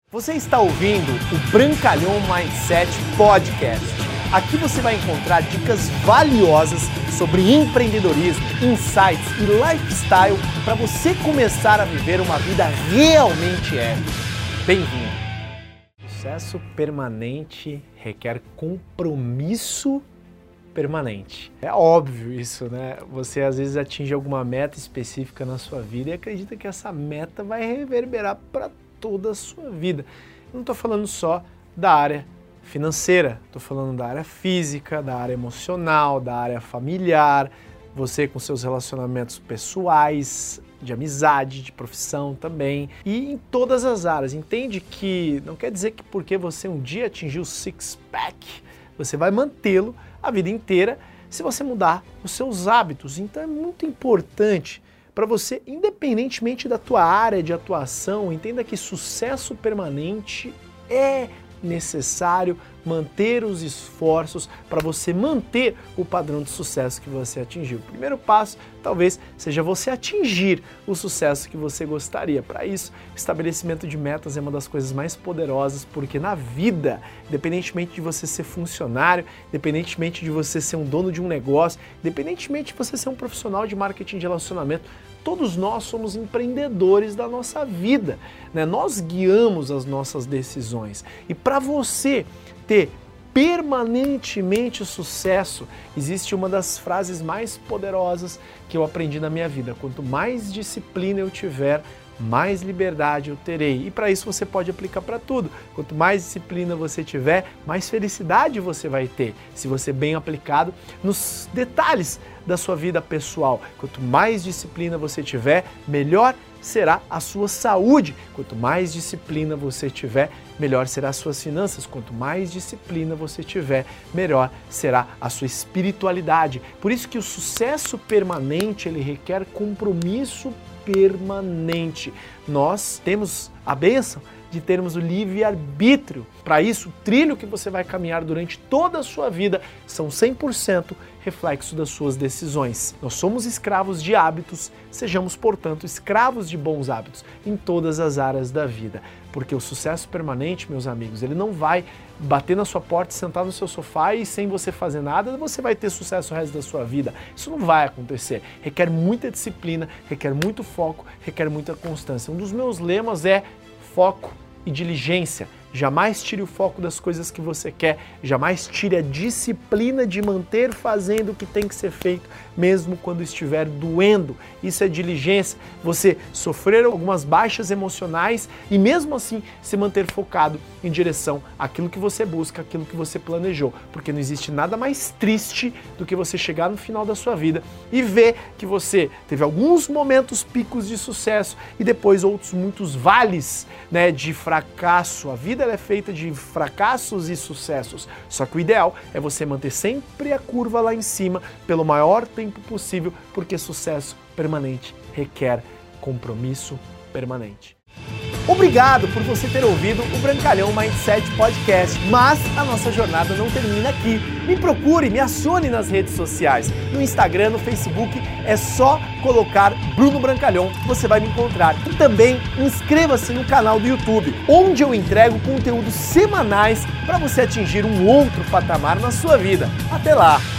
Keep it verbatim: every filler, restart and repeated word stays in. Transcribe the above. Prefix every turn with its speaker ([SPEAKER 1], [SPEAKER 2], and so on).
[SPEAKER 1] Você está ouvindo o Brancalhão Mindset Podcast. Aqui você vai encontrar dicas valiosas sobre empreendedorismo, insights e lifestyle para você começar a viver uma vida realmente épica. Bem-vindo! Sucesso permanente requer compromisso permanente. É óbvio isso, né? Você às vezes atinge alguma meta específica na sua vida e acredita que essa meta vai reverberar para toda a sua vida. Eu não estou falando só da área financeira, estou falando da área física, da área emocional, da área familiar, você com seus relacionamentos pessoais, de amizade, de profissão também, e em todas as áreas. Entende que não quer dizer que porque você um dia atingiu o six-pack, você vai mantê-lo a vida inteira se você mudar os seus hábitos. Então é muito importante para você, independentemente da tua área de atuação, entenda que sucesso permanente é necessário manter os esforços para você manter o padrão de sucesso que você atingiu. O primeiro passo, talvez, seja você atingir o sucesso que você gostaria. Para isso, estabelecimento de metas é uma das coisas mais poderosas, porque na vida, independentemente de você ser funcionário, independentemente de você ser um dono de um negócio, independentemente de você ser um profissional de marketing de relacionamento, todos nós somos empreendedores da nossa vida, né? Nós guiamos as nossas decisões. E para você ter permanentemente sucesso, existe uma das frases mais poderosas que eu aprendi na minha vida. Quanto mais disciplina eu tiver, mais liberdade eu terei. E para isso você pode aplicar para tudo. Quanto mais disciplina você tiver, mais felicidade você vai ter, se você bem aplicado nos detalhes da sua vida pessoal. Quanto mais disciplina você tiver, melhor será a sua saúde. Quanto mais disciplina você tiver, melhor será as suas finanças. Quanto mais disciplina você tiver, melhor será a sua espiritualidade. Por isso que o sucesso permanente, ele requer compromisso permanente. Nós temos a bênção de termos o livre-arbítrio. Para isso, o trilho que você vai caminhar durante toda a sua vida são cem por cento reflexo das suas decisões. Nós somos escravos de hábitos, sejamos, portanto, escravos de bons hábitos em todas as áreas da vida. Porque o sucesso permanente, meus amigos, ele não vai bater na sua porta, sentar no seu sofá e sem você fazer nada, você vai ter sucesso o resto da sua vida. Isso não vai acontecer. Requer muita disciplina, requer muito foco, requer muita constância. Um dos meus lemas é foco e diligência. Jamais tire o foco das coisas que você quer, jamais tire a disciplina de manter fazendo o que tem que ser feito, mesmo quando estiver doendo. Isso é diligência, você sofrer algumas baixas emocionais e mesmo assim se manter focado em direção àquilo que você busca, àquilo que você planejou. Porque não existe nada mais triste do que você chegar no final da sua vida e ver que você teve alguns momentos picos de sucesso e depois outros muitos vales, né, de fracasso. A vida ela é feita de fracassos e sucessos, só que o ideal é você manter sempre a curva lá em cima pelo maior tempo possível, porque sucesso permanente requer compromisso permanente. Obrigado por você ter ouvido o Brancalhão Mindset Podcast, mas a nossa jornada não termina aqui. Me procure, me acione nas redes sociais. No Instagram, no Facebook, é só colocar Bruno Brancalhão, você vai me encontrar. E também inscreva-se no canal do YouTube, onde eu entrego conteúdos semanais para você atingir um outro patamar na sua vida. Até lá!